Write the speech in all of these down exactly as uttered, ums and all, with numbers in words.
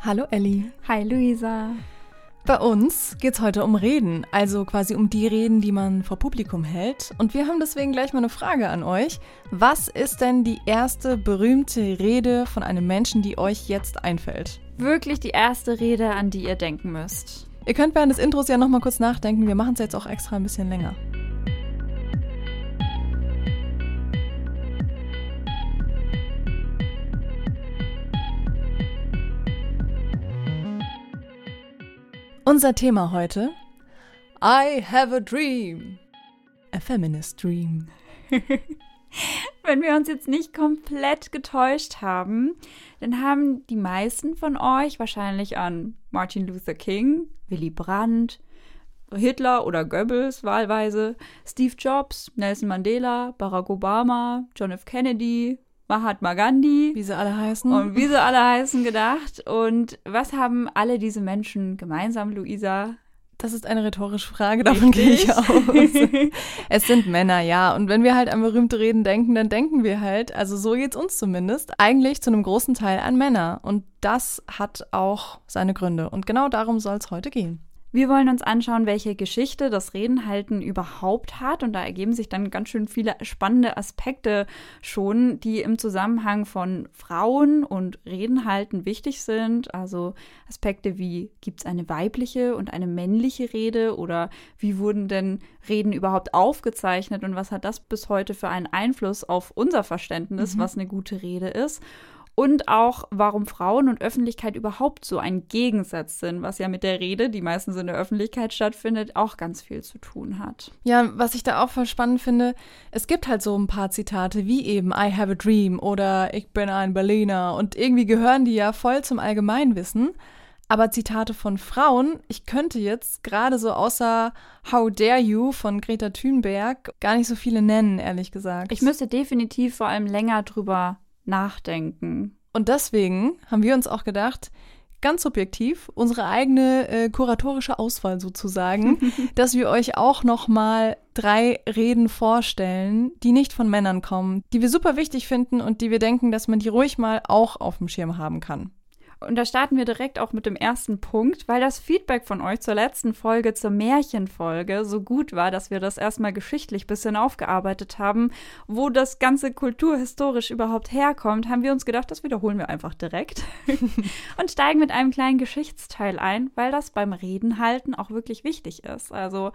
Hallo Elli. Hi Luisa. Bei uns geht's heute um Reden, also quasi um die Reden, die man vor Publikum hält. Und wir haben deswegen gleich mal eine Frage an euch. Was ist denn die erste berühmte Rede von einem Menschen, die euch jetzt einfällt? Wirklich die erste Rede, an die ihr denken müsst. Ihr könnt während des Intros ja nochmal kurz nachdenken. Wir machen es jetzt auch extra ein bisschen länger. Unser Thema heute: I have a dream. A feminist dream. Wenn wir uns jetzt nicht komplett getäuscht haben, dann haben die meisten von euch wahrscheinlich an Martin Luther King, Willy Brandt, Hitler oder Goebbels wahlweise, Steve Jobs, Nelson Mandela, Barack Obama, John F. Kennedy, Mahatma Gandhi, wie sie alle heißen. Und wie sie alle heißen gedacht. Und was haben alle diese Menschen gemeinsam, Luisa? Das ist eine rhetorische Frage, davon gehe ich aus. Es sind Männer, ja. Und wenn wir halt an berühmte Reden denken, dann denken wir halt, also so geht's uns zumindest, eigentlich zu einem großen Teil an Männer. Und das hat auch seine Gründe. Und genau darum soll es heute gehen. Wir wollen uns anschauen, welche Geschichte das Redenhalten überhaupt hat. Und da ergeben sich dann ganz schön viele spannende Aspekte schon, die im Zusammenhang von Frauen und Redenhalten wichtig sind. Also Aspekte wie, gibt es eine weibliche und eine männliche Rede? Oder wie wurden denn Reden überhaupt aufgezeichnet? Und was hat das bis heute für einen Einfluss auf unser Verständnis, mhm. was eine gute Rede ist? Und auch, warum Frauen und Öffentlichkeit überhaupt so ein Gegensatz sind, was ja mit der Rede, die meistens in der Öffentlichkeit stattfindet, auch ganz viel zu tun hat. Ja, was ich da auch voll spannend finde, es gibt halt so ein paar Zitate wie eben I have a dream oder ich bin ein Berliner und irgendwie gehören die ja voll zum Allgemeinwissen. Aber Zitate von Frauen, ich könnte jetzt gerade so außer How dare you von Greta Thunberg gar nicht so viele nennen, ehrlich gesagt. Ich müsste definitiv vor allem länger drüber nachdenken. Und deswegen haben wir uns auch gedacht, ganz subjektiv, unsere eigene äh, kuratorische Auswahl sozusagen, dass wir euch auch nochmal drei Reden vorstellen, die nicht von Männern kommen, die wir super wichtig finden und die wir denken, dass man die ruhig mal auch auf dem Schirm haben kann. Und da starten wir direkt auch mit dem ersten Punkt, weil das Feedback von euch zur letzten Folge, zur Märchenfolge, so gut war, dass wir das erstmal geschichtlich ein bisschen aufgearbeitet haben, wo das Ganze kulturhistorisch überhaupt herkommt, haben wir uns gedacht, das wiederholen wir einfach direkt und steigen mit einem kleinen Geschichtsteil ein, weil das beim Redenhalten auch wirklich wichtig ist. Also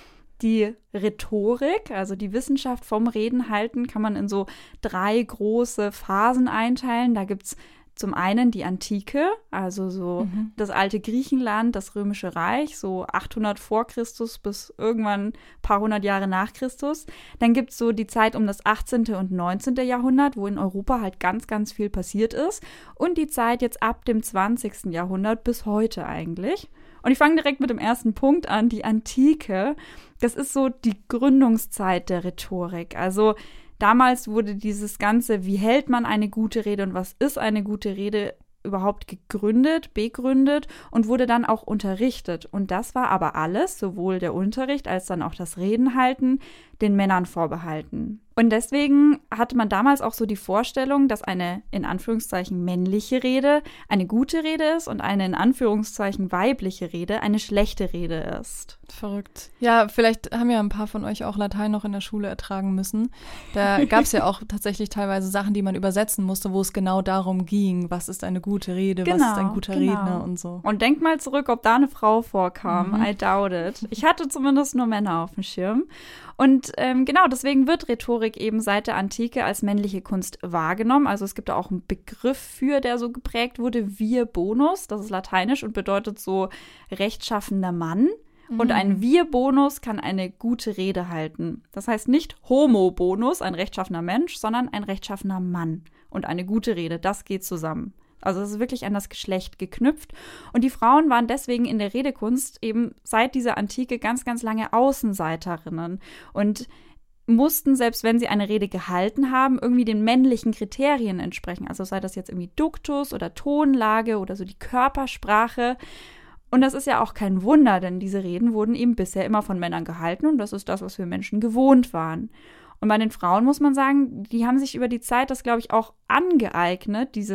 die Rhetorik, also die Wissenschaft vom Redenhalten, kann man in so drei große Phasen einteilen. Da gibt's zum einen die Antike, also so mhm. das alte Griechenland, das Römische Reich, so achthundert vor Christus bis irgendwann ein paar hundert Jahre nach Christus. Dann gibt es so die Zeit um das achtzehnte und neunzehnte Jahrhundert, wo in Europa halt ganz, ganz viel passiert ist. Und die Zeit jetzt ab dem zwanzigsten Jahrhundert bis heute eigentlich. Und ich fange direkt mit dem ersten Punkt an, die Antike. Das ist so die Gründungszeit der Rhetorik. Also damals wurde dieses Ganze, wie hält man eine gute Rede und was ist eine gute Rede, überhaupt gegründet, begründet und wurde dann auch unterrichtet. Und das war aber alles, sowohl der Unterricht als dann auch das Redenhalten, den Männern vorbehalten. Und deswegen hatte man damals auch so die Vorstellung, dass eine in Anführungszeichen männliche Rede eine gute Rede ist und eine in Anführungszeichen weibliche Rede eine schlechte Rede ist. Verrückt. Ja, vielleicht haben ja ein paar von euch auch Latein noch in der Schule ertragen müssen. Da gab es ja auch tatsächlich teilweise Sachen, die man übersetzen musste, wo es genau darum ging, was ist eine gute Rede, genau, was ist ein guter genau. Redner und so. Und denkt mal zurück, ob da eine Frau vorkam. Mhm. I doubt it. Ich hatte zumindest nur Männer auf dem Schirm. Und ähm, genau, deswegen wird Rhetorik eben seit der Antike als männliche Kunst wahrgenommen. Also es gibt da auch einen Begriff für, der so geprägt wurde, vir bonus. Das ist lateinisch und bedeutet so rechtschaffender Mann. Mhm. Und ein vir bonus kann eine gute Rede halten. Das heißt nicht homo bonus, ein rechtschaffener Mensch, sondern ein rechtschaffener Mann. Und eine gute Rede, das geht zusammen. Also es ist wirklich an das Geschlecht geknüpft. Und die Frauen waren deswegen in der Redekunst eben seit dieser Antike ganz, ganz lange Außenseiterinnen und mussten, selbst wenn sie eine Rede gehalten haben, irgendwie den männlichen Kriterien entsprechen. Also sei das jetzt irgendwie Duktus oder Tonlage oder so die Körpersprache. Und das ist ja auch kein Wunder, denn diese Reden wurden eben bisher immer von Männern gehalten und das ist das, was wir Menschen gewohnt waren. Und bei den Frauen muss man sagen, die haben sich über die Zeit das, glaube ich, auch angeeignet, dieses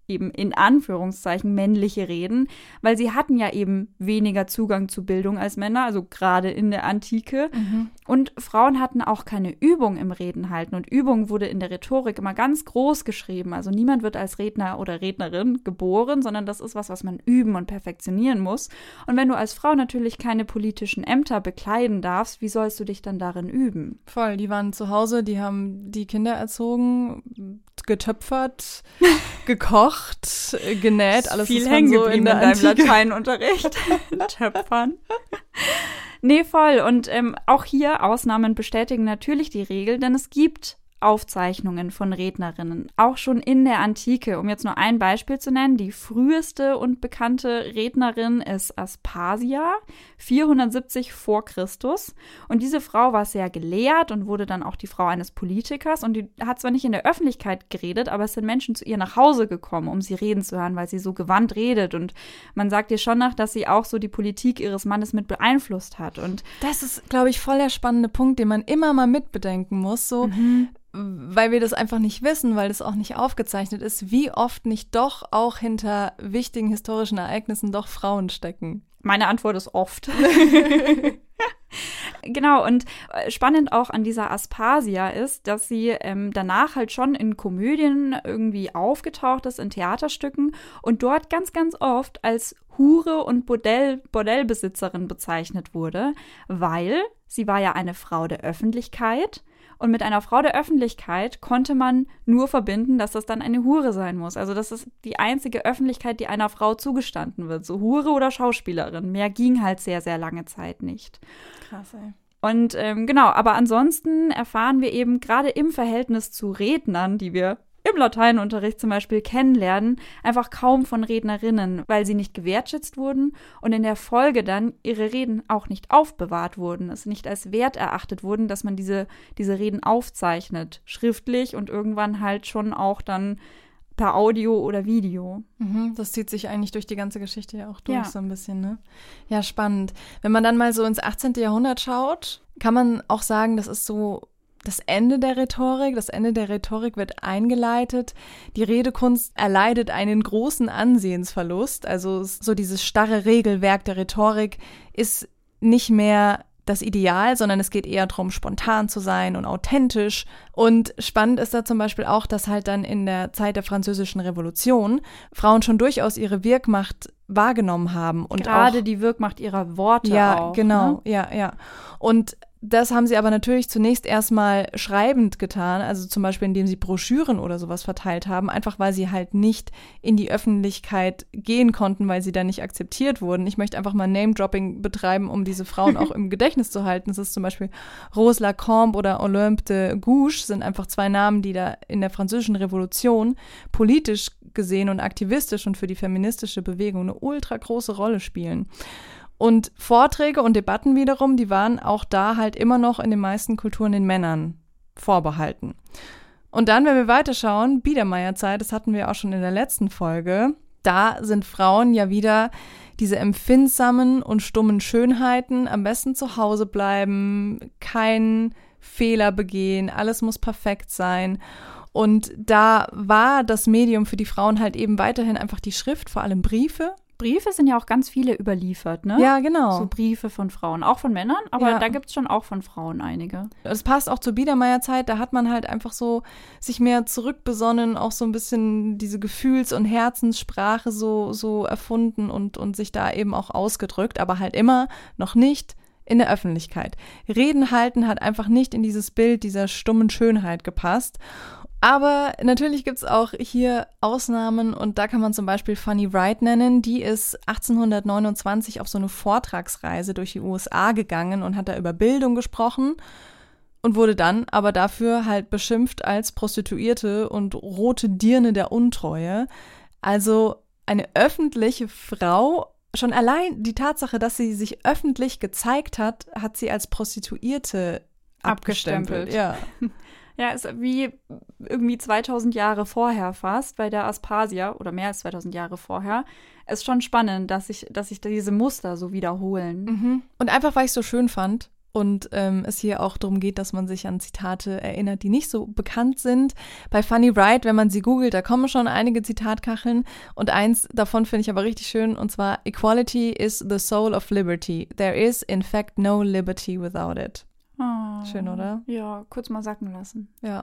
eben in Anführungszeichen männliche Reden, weil sie hatten ja eben weniger Zugang zu Bildung als Männer, also gerade in der Antike. Mhm. Und Frauen hatten auch keine Übung im Reden halten. Und Übung wurde in der Rhetorik immer ganz groß geschrieben. Also niemand wird als Redner oder Rednerin geboren, sondern das ist was, was man üben und perfektionieren muss. Und wenn du als Frau natürlich keine politischen Ämter bekleiden darfst, wie sollst du dich dann darin üben? Voll, die waren zu Hause, die haben die Kinder erzogen, getöpfert, gekocht, genäht, alles viel ist hängen so geblieben in, in deinem Lateinunterricht. Töpfern. Nee, voll. Und ähm, auch hier Ausnahmen bestätigen natürlich die Regel, denn es gibt Aufzeichnungen von Rednerinnen, auch schon in der Antike. Um jetzt nur ein Beispiel zu nennen, die früheste und bekannte Rednerin ist Aspasia, vierhundertsiebzig vor Christus. Und diese Frau war sehr gelehrt und wurde dann auch die Frau eines Politikers. Und die hat zwar nicht in der Öffentlichkeit geredet, aber es sind Menschen zu ihr nach Hause gekommen, um sie reden zu hören, weil sie so gewandt redet. Und man sagt ihr schon nach, dass sie auch so die Politik ihres Mannes mit beeinflusst hat. Und das ist, glaube ich, voll der spannende Punkt, den man immer mal mitbedenken muss, so mhm. weil wir das einfach nicht wissen, weil das auch nicht aufgezeichnet ist, wie oft nicht doch auch hinter wichtigen historischen Ereignissen doch Frauen stecken. Meine Antwort ist oft. Genau, und spannend auch an dieser Aspasia ist, dass sie ähm, danach halt schon in Komödien irgendwie aufgetaucht ist, in Theaterstücken und dort ganz, ganz oft als Hure und Bordell, Bordellbesitzerin bezeichnet wurde, weil sie war ja eine Frau der Öffentlichkeit. Und mit einer Frau der Öffentlichkeit konnte man nur verbinden, dass das dann eine Hure sein muss. Also das ist die einzige Öffentlichkeit, die einer Frau zugestanden wird. So Hure oder Schauspielerin. Mehr ging halt sehr, sehr lange Zeit nicht. Krass, ey. Und ähm, genau, aber ansonsten erfahren wir eben gerade im Verhältnis zu Rednern, die wir im Lateinunterricht zum Beispiel kennenlernen, einfach kaum von Rednerinnen, weil sie nicht gewertschätzt wurden und in der Folge dann ihre Reden auch nicht aufbewahrt wurden, es nicht als wert erachtet wurden, dass man diese, diese Reden aufzeichnet, schriftlich und irgendwann halt schon auch dann per Audio oder Video. Mhm, das zieht sich eigentlich durch die ganze Geschichte ja auch durch, ja. So ein bisschen, ne? Ja, spannend. Wenn man dann mal so ins achtzehnten Jahrhundert schaut, kann man auch sagen, das ist so das Ende der Rhetorik. Das Ende der Rhetorik wird eingeleitet. Die Redekunst erleidet einen großen Ansehensverlust. Also so dieses starre Regelwerk der Rhetorik ist nicht mehr das Ideal, sondern es geht eher darum, spontan zu sein und authentisch. Und spannend ist da zum Beispiel auch, dass halt dann in der Zeit der Französischen Revolution Frauen schon durchaus ihre Wirkmacht wahrgenommen haben. Und gerade auch die Wirkmacht ihrer Worte ja, auch. Genau, ne? ja, ja. Und das haben sie aber natürlich zunächst erstmal schreibend getan, also zum Beispiel indem sie Broschüren oder sowas verteilt haben, einfach weil sie halt nicht in die Öffentlichkeit gehen konnten, weil sie da nicht akzeptiert wurden. Ich möchte einfach mal Name-Dropping betreiben, um diese Frauen auch im Gedächtnis zu halten. Das ist zum Beispiel Rose Lacombe oder Olympe de Gouges, sind einfach zwei Namen, die da in der Französischen Revolution politisch gesehen und aktivistisch und für die feministische Bewegung eine ultra große Rolle spielen. Und Vorträge und Debatten wiederum, die waren auch da halt immer noch in den meisten Kulturen den Männern vorbehalten. Und dann, wenn wir weiterschauen, Biedermeierzeit, das hatten wir auch schon in der letzten Folge, da sind Frauen ja wieder diese empfindsamen und stummen Schönheiten, am besten zu Hause bleiben, keinen Fehler begehen, alles muss perfekt sein. Und da war das Medium für die Frauen halt eben weiterhin einfach die Schrift, vor allem Briefe. Briefe sind ja auch ganz viele überliefert, ne? Ja, genau. So Briefe von Frauen, auch von Männern, aber ja. Da gibt es schon auch von Frauen einige. Das passt auch zur Biedermeierzeit, da hat man halt einfach so sich mehr zurückbesonnen, auch so ein bisschen diese Gefühls- und Herzenssprache so, so erfunden und, und sich da eben auch ausgedrückt, aber halt immer noch nicht in der Öffentlichkeit. Reden halten hat einfach nicht in dieses Bild dieser stummen Schönheit gepasst. Aber natürlich gibt's auch hier Ausnahmen und da kann man zum Beispiel Fanny Wright nennen. Die ist achtzehnhundertneunundzwanzig auf so eine Vortragsreise durch die U S A gegangen und hat da über Bildung gesprochen und wurde dann aber dafür halt beschimpft als Prostituierte und rote Dirne der Untreue. Also eine öffentliche Frau, schon allein die Tatsache, dass sie sich öffentlich gezeigt hat, hat sie als Prostituierte abgestempelt. abgestempelt. Ja. Ja, ist wie irgendwie zweitausend Jahre vorher fast bei der Aspasia oder mehr als zweitausend Jahre vorher. Ist schon spannend, dass sich dass sich diese Muster so wiederholen. Mhm. Und einfach, weil ich es so schön fand, und ähm, es hier auch darum geht, dass man sich an Zitate erinnert, die nicht so bekannt sind. Bei Funny Wright, wenn man sie googelt, da kommen schon einige Zitatkacheln und eins davon finde ich aber richtig schön und zwar Equality is the soul of liberty. There is in fact no liberty without it. Oh, schön, oder? Ja, kurz mal sacken lassen. Ja.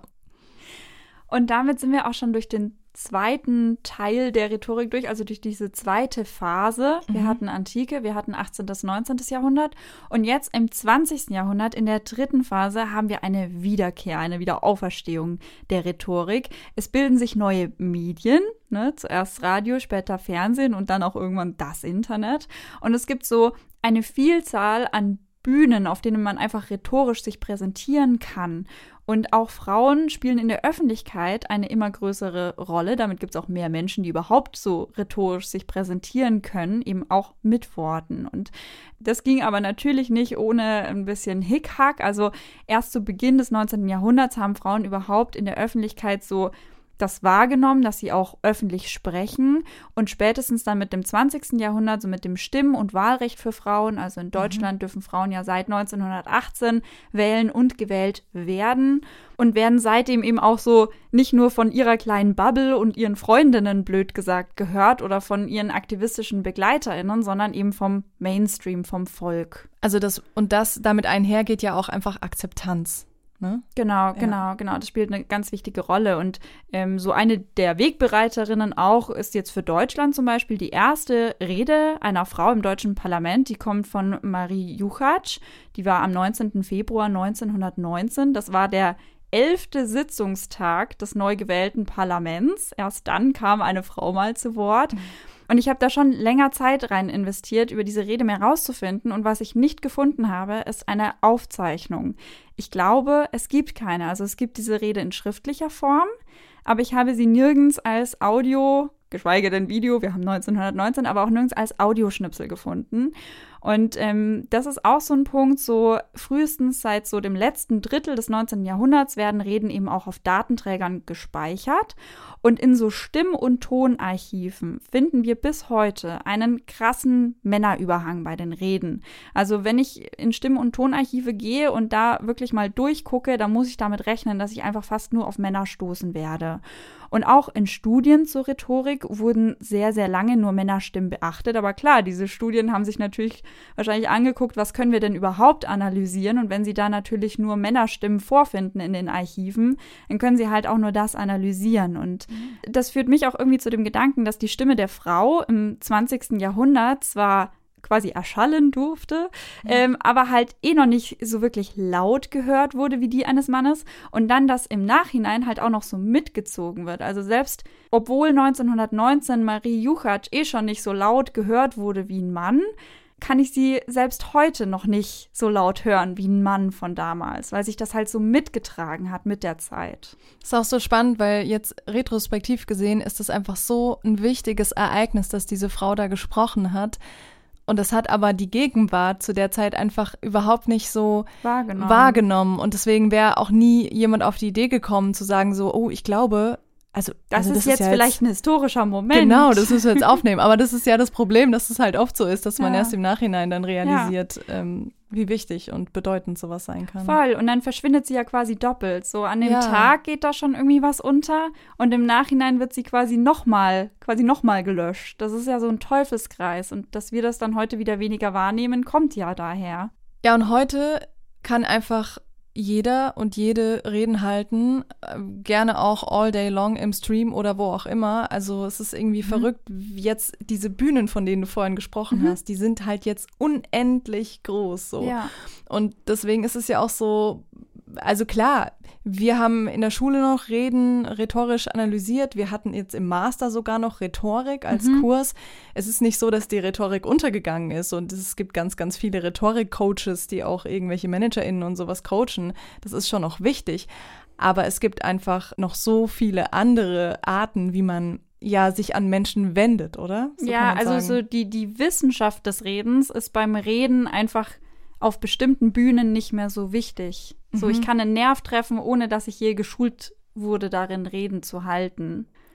Und damit sind wir auch schon durch den zweiten Teil der Rhetorik durch, also durch diese zweite Phase. Wir Mhm. hatten Antike, wir hatten achtzehnten bis neunzehnten Jahrhundert und jetzt im zwanzigsten Jahrhundert, in der dritten Phase, haben wir eine Wiederkehr, eine Wiederauferstehung der Rhetorik. Es bilden sich neue Medien, ne? Zuerst Radio, später Fernsehen und dann auch irgendwann das Internet. Und es gibt so eine Vielzahl an Bühnen, auf denen man einfach rhetorisch sich präsentieren kann. Und auch Frauen spielen in der Öffentlichkeit eine immer größere Rolle. Damit gibt es auch mehr Menschen, die überhaupt so rhetorisch sich präsentieren können, eben auch mit Worten. Und das ging aber natürlich nicht ohne ein bisschen Hickhack. Also erst zu Beginn des neunzehnten Jahrhunderts haben Frauen überhaupt in der Öffentlichkeit so das wahrgenommen, dass sie auch öffentlich sprechen und spätestens dann mit dem zwanzigsten Jahrhundert, so mit dem Stimm- und Wahlrecht für Frauen, also in Deutschland mhm. dürfen Frauen ja seit neunzehnhundertachtzehn wählen und gewählt werden und werden seitdem eben auch so nicht nur von ihrer kleinen Bubble und ihren Freundinnen, blöd gesagt, gehört oder von ihren aktivistischen BegleiterInnen, sondern eben vom Mainstream, vom Volk. Also das, und das damit einhergeht ja auch einfach Akzeptanz. Ne? Genau, genau, ja. genau. Das spielt eine ganz wichtige Rolle. Und ähm, so eine der Wegbereiterinnen auch ist jetzt für Deutschland zum Beispiel die erste Rede einer Frau im deutschen Parlament. Die kommt von Marie Juchatsch. Die war am neunzehnten Februar neunzehnhundertneunzehn. Das war der elfte Sitzungstag des neu gewählten Parlaments. Erst dann kam eine Frau mal zu Wort. Mhm. Und ich habe da schon länger Zeit rein investiert, über diese Rede mehr rauszufinden. Und was ich nicht gefunden habe, ist eine Aufzeichnung. Ich glaube, es gibt keine. Also es gibt diese Rede in schriftlicher Form, aber ich habe sie nirgends als Audio, geschweige denn Video, wir haben neunzehnhundertneunzehn, aber auch nirgends als Audioschnipsel gefunden. Und ähm, das ist auch so ein Punkt, so frühestens seit so dem letzten Drittel des neunzehnten Jahrhunderts werden Reden eben auch auf Datenträgern gespeichert. Und in so Stimm- und Tonarchiven finden wir bis heute einen krassen Männerüberhang bei den Reden. Also wenn ich in Stimm- und Tonarchive gehe und da wirklich mal durchgucke, dann muss ich damit rechnen, dass ich einfach fast nur auf Männer stoßen werde. Und auch in Studien zur Rhetorik wurden sehr, sehr lange nur Männerstimmen beachtet. Aber klar, diese Studien haben sich natürlich wahrscheinlich angeguckt, was können wir denn überhaupt analysieren? Und wenn sie da natürlich nur Männerstimmen vorfinden in den Archiven, dann können sie halt auch nur das analysieren. Und mhm. das führt mich auch irgendwie zu dem Gedanken, dass die Stimme der Frau im zwanzigsten Jahrhundert zwar quasi erschallen durfte, mhm. ähm, aber halt eh noch nicht so wirklich laut gehört wurde wie die eines Mannes und dann das im Nachhinein halt auch noch so mitgezogen wird. Also selbst, obwohl neunzehnhundertneunzehn Marie Juchatsch eh schon nicht so laut gehört wurde wie ein Mann, kann ich sie selbst heute noch nicht so laut hören wie ein Mann von damals, weil sich das halt so mitgetragen hat mit der Zeit. Das ist auch so spannend, weil jetzt retrospektiv gesehen ist es einfach so ein wichtiges Ereignis, dass diese Frau da gesprochen hat. Und das hat aber die Gegenwart zu der Zeit einfach überhaupt nicht so wahrgenommen. wahrgenommen. Und deswegen wäre auch nie jemand auf die Idee gekommen, zu sagen so, oh, ich glaube, also das, also ist, das jetzt ist ja vielleicht jetzt, ein historischer Moment. Genau, das müssen wir jetzt aufnehmen. Aber das ist ja das Problem, dass es halt oft so ist, dass man ja. erst im Nachhinein dann realisiert, ja. ähm, wie wichtig und bedeutend sowas sein kann. Voll. Und dann verschwindet sie ja quasi doppelt. So an dem ja. Tag geht da schon irgendwie was unter und im Nachhinein wird sie quasi nochmal, quasi nochmal gelöscht. Das ist ja so ein Teufelskreis. Und dass wir das dann heute wieder weniger wahrnehmen, kommt ja daher. Ja, und heute kann einfach jeder und jede Reden halten, äh, gerne auch all day long im Stream oder wo auch immer. Also es ist irgendwie mhm. verrückt, jetzt diese Bühnen, von denen du vorhin gesprochen mhm. hast, die sind halt jetzt unendlich groß. So. Ja. Und deswegen ist es ja auch so, also klar, wir haben in der Schule noch Reden rhetorisch analysiert. Wir hatten jetzt im Master sogar noch Rhetorik als mhm. Kurs. Es ist nicht so, dass die Rhetorik untergegangen ist und es gibt ganz, ganz viele Rhetorik-Coaches, die auch irgendwelche ManagerInnen und sowas coachen. Das ist schon noch wichtig. Aber es gibt einfach noch so viele andere Arten, wie man ja sich an Menschen wendet, oder? So ja, also sagen. so die, die Wissenschaft des Redens ist beim Reden einfach auf bestimmten Bühnen nicht mehr so wichtig. So, ich kann einen Nerv treffen, ohne dass ich je geschult wurde, darin Reden zu halten. Und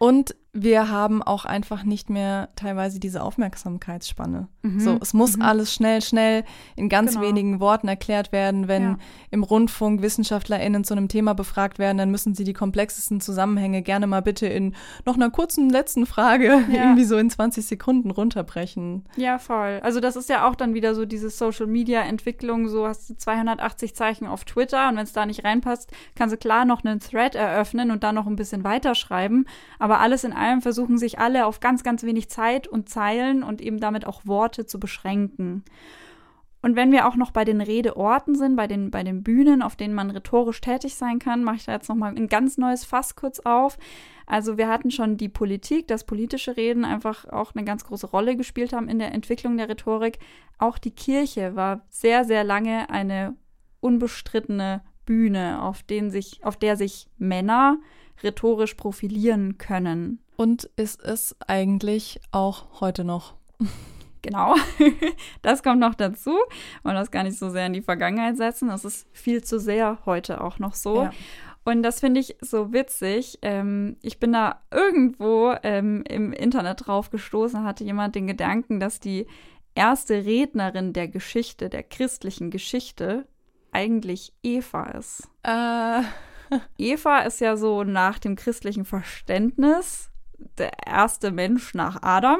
wir haben auch einfach nicht mehr teilweise diese Aufmerksamkeitsspanne. Mhm. So, es muss mhm. alles schnell, schnell in ganz Genau. wenigen Worten erklärt werden. Wenn Ja. im Rundfunk WissenschaftlerInnen zu einem Thema befragt werden, dann müssen sie die komplexesten Zusammenhänge gerne mal bitte in noch einer kurzen letzten Frage Ja. irgendwie so in zwanzig Sekunden runterbrechen. Ja, voll. Also das ist ja auch dann wieder so diese Social-Media-Entwicklung, so hast du zweihundertachtzig Zeichen auf Twitter und wenn es da nicht reinpasst, kannst du klar noch einen Thread eröffnen und dann noch ein bisschen weiterschreiben, aber alles in allem versuchen sich alle auf ganz, ganz wenig Zeit und Zeilen und eben damit auch Worte zu beschränken. Und wenn wir auch noch bei den Redeorten sind, bei den, bei den Bühnen, auf denen man rhetorisch tätig sein kann, mache ich da jetzt nochmal ein ganz neues Fass kurz auf. Also wir hatten schon die Politik, dass politische Reden einfach auch eine ganz große Rolle gespielt haben in der Entwicklung der Rhetorik. Auch die Kirche war sehr, sehr lange eine unbestrittene Bühne, auf, den sich, auf der sich Männer rhetorisch profilieren können. Und ist es eigentlich auch heute noch. Genau, das kommt noch dazu. Man das gar nicht so sehr in die Vergangenheit setzen. Das ist viel zu sehr heute auch noch so. Ja. Und das finde ich so witzig. Ähm, ich bin da irgendwo ähm, im Internet drauf gestoßen, hatte jemand den Gedanken, dass die erste Rednerin der Geschichte, der christlichen Geschichte, eigentlich Eva ist. Äh... Eva ist ja so nach dem christlichen Verständnis der erste Mensch nach Adam.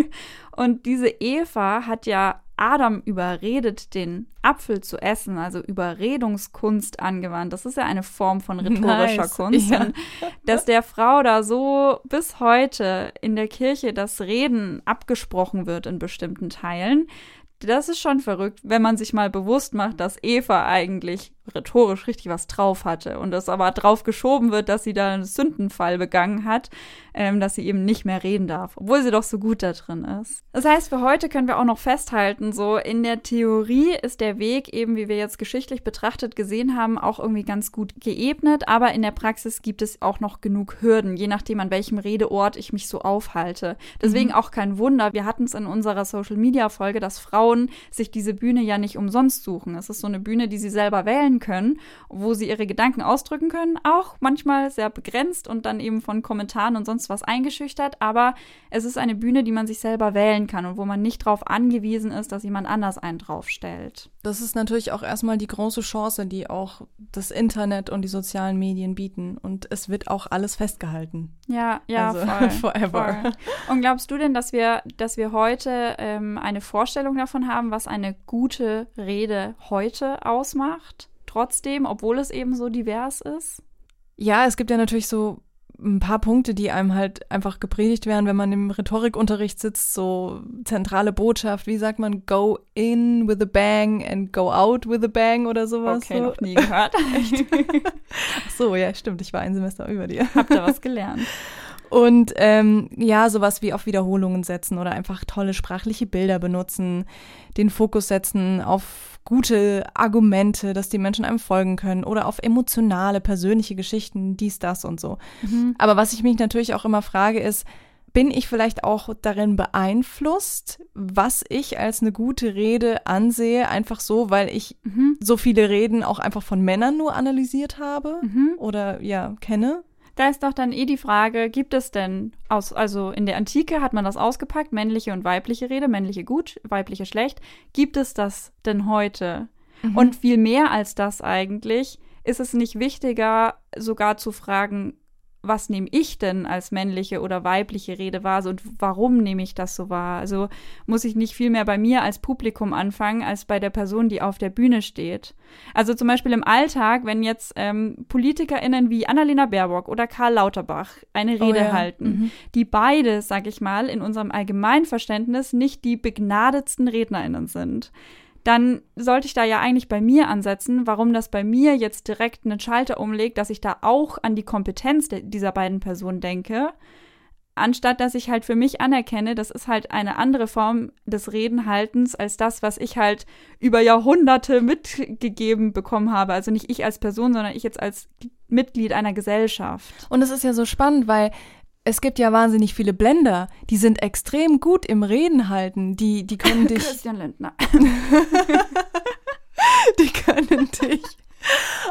Und diese Eva hat ja Adam überredet, den Apfel zu essen, also Überredungskunst angewandt. Das ist ja eine Form von rhetorischer Nice. Kunst. Ja. Und dass der Frau da so bis heute in der Kirche das Reden abgesprochen wird in bestimmten Teilen, das ist schon verrückt, wenn man sich mal bewusst macht, dass Eva eigentlich rhetorisch richtig was drauf hatte und es aber drauf geschoben wird, dass sie da einen Sündenfall begangen hat, ähm, dass sie eben nicht mehr reden darf, obwohl sie doch so gut da drin ist. Das heißt, für heute können wir auch noch festhalten, so in der Theorie ist der Weg eben, wie wir jetzt geschichtlich betrachtet gesehen haben, auch irgendwie ganz gut geebnet, aber in der Praxis gibt es auch noch genug Hürden, je nachdem, an welchem Redeort ich mich so aufhalte. Deswegen Mhm. auch kein Wunder, wir hatten es in unserer Social-Media-Folge, dass Frauen sich diese Bühne ja nicht umsonst suchen. Es ist so eine Bühne, die sie selber wählen können, wo sie ihre Gedanken ausdrücken können, auch manchmal sehr begrenzt und dann eben von Kommentaren und sonst was eingeschüchtert, aber es ist eine Bühne, die man sich selber wählen kann und wo man nicht darauf angewiesen ist, dass jemand anders einen draufstellt. Das ist natürlich auch erstmal die große Chance, die auch das Internet und die sozialen Medien bieten. Und es wird auch alles festgehalten. Ja, ja, Also, voll. forever. Voll. Und glaubst du denn, dass wir, dass wir heute ähm, eine Vorstellung davon haben, was eine gute Rede heute ausmacht? Trotzdem, obwohl es eben so divers ist? Ja, es gibt ja natürlich so ein paar Punkte, die einem halt einfach gepredigt werden, wenn man im Rhetorikunterricht sitzt, so zentrale Botschaft, wie sagt man, go in with a bang and go out with a bang oder sowas. Okay, so. noch nie gehört. Ach so, ja, stimmt, ich war ein Semester über dir. Habt ihr was gelernt? Und ähm, ja, sowas wie auf Wiederholungen setzen oder einfach tolle sprachliche Bilder benutzen, den Fokus setzen auf gute Argumente, dass die Menschen einem folgen können oder auf emotionale, persönliche Geschichten, dies, das und so. Mhm. Aber was ich mich natürlich auch immer frage, ist, bin ich vielleicht auch darin beeinflusst, was ich als eine gute Rede ansehe, einfach so, weil ich Mhm. so viele Reden auch einfach von Männern nur analysiert habe Mhm. oder ja, kenne? Da ist doch dann eh die Frage, gibt es denn, aus, also in der Antike hat man das ausgepackt, männliche und weibliche Rede, männliche gut, weibliche schlecht. Gibt es das denn heute? Mhm. Und viel mehr als das eigentlich, ist es nicht wichtiger, sogar zu fragen, was nehme ich denn als männliche oder weibliche Rede wahr und warum nehme ich das so wahr? Also muss ich nicht viel mehr bei mir als Publikum anfangen, als bei der Person, die auf der Bühne steht. Also zum Beispiel im Alltag, wenn jetzt ähm, PolitikerInnen wie Annalena Baerbock oder Karl Lauterbach eine Rede Oh ja. halten, Mhm. die beide, sag ich mal, in unserem Allgemeinverständnis nicht die begnadetsten RednerInnen sind, dann sollte ich da ja eigentlich bei mir ansetzen, warum das bei mir jetzt direkt einen Schalter umlegt, dass ich da auch an die Kompetenz de- dieser beiden Personen denke, anstatt dass ich halt für mich anerkenne, das ist halt eine andere Form des Redenhaltens als das, was ich halt über Jahrhunderte mitgegeben bekommen habe. Also nicht ich als Person, sondern ich jetzt als Mitglied einer Gesellschaft. Und es ist ja so spannend, weil es gibt ja wahnsinnig viele Blender, die sind extrem gut im Reden halten, die, die können dich, Christian Lindner. die können dich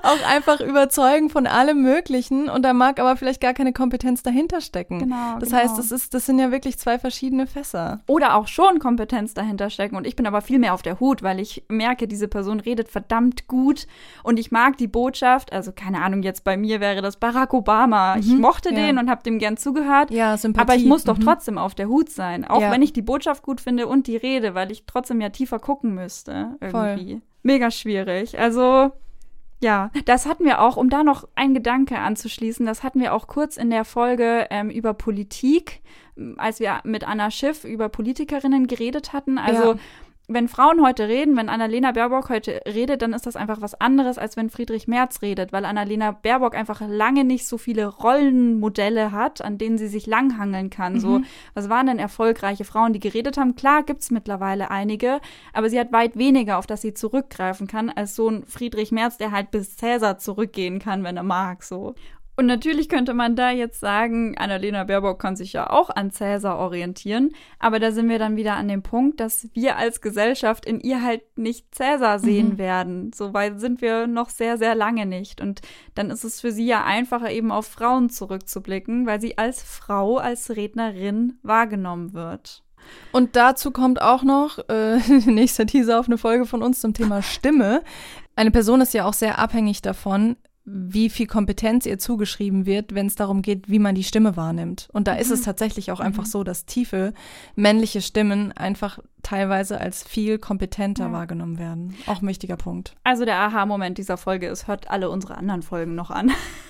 auch einfach überzeugen von allem Möglichen und da mag aber vielleicht gar keine Kompetenz dahinter stecken. Genau, das genau. heißt, das, ist, das sind ja wirklich zwei verschiedene Fässer. Oder auch schon Kompetenz dahinter stecken und ich bin aber viel mehr auf der Hut, weil ich merke, diese Person redet verdammt gut und ich mag die Botschaft, also keine Ahnung, jetzt bei mir wäre das Barack Obama. Mhm, ich mochte ja. den und habe dem gern zugehört, ja, Sympathie. Aber ich muss doch mhm. trotzdem auf der Hut sein, auch ja. wenn ich die Botschaft gut finde und die Rede, weil ich trotzdem ja tiefer gucken müsste irgendwie. Voll. Mega schwierig, also ja, das hatten wir auch, um da noch einen Gedanke anzuschließen, das hatten wir auch kurz in der Folge ähm, über Politik, als wir mit Anna Schiff über Politikerinnen geredet hatten. Also ja. wenn Frauen heute reden, wenn Annalena Baerbock heute redet, dann ist das einfach was anderes, als wenn Friedrich Merz redet, weil Annalena Baerbock einfach lange nicht so viele Rollenmodelle hat, an denen sie sich langhangeln kann. Mhm. So, was waren denn erfolgreiche Frauen, die geredet haben? Klar, gibt's mittlerweile einige, aber sie hat weit weniger, auf das sie zurückgreifen kann, als so ein Friedrich Merz, der halt bis Cäsar zurückgehen kann, wenn er mag, so. Und natürlich könnte man da jetzt sagen, Annalena Baerbock kann sich ja auch an Cäsar orientieren, aber da sind wir dann wieder an dem Punkt, dass wir als Gesellschaft in ihr halt nicht Cäsar sehen mhm. werden. So weit sind wir noch sehr, sehr lange nicht. Und dann ist es für sie ja einfacher, eben auf Frauen zurückzublicken, weil sie als Frau, als Rednerin wahrgenommen wird. Und dazu kommt auch noch, äh, nächster Teaser auf eine Folge von uns zum Thema Stimme. Eine Person ist ja auch sehr abhängig davon, wie viel Kompetenz ihr zugeschrieben wird, wenn es darum geht, wie man die Stimme wahrnimmt. Und da mhm. ist es tatsächlich auch mhm. einfach so, dass tiefe männliche Stimmen einfach teilweise als viel kompetenter ja. wahrgenommen werden. Auch ein wichtiger Punkt. Also der Aha-Moment dieser Folge ist, hört alle unsere anderen Folgen noch an.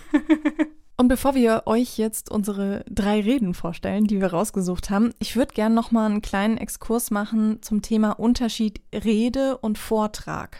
Und bevor wir euch jetzt unsere drei Reden vorstellen, die wir rausgesucht haben, ich würde gerne noch mal einen kleinen Exkurs machen zum Thema Unterschied Rede und Vortrag.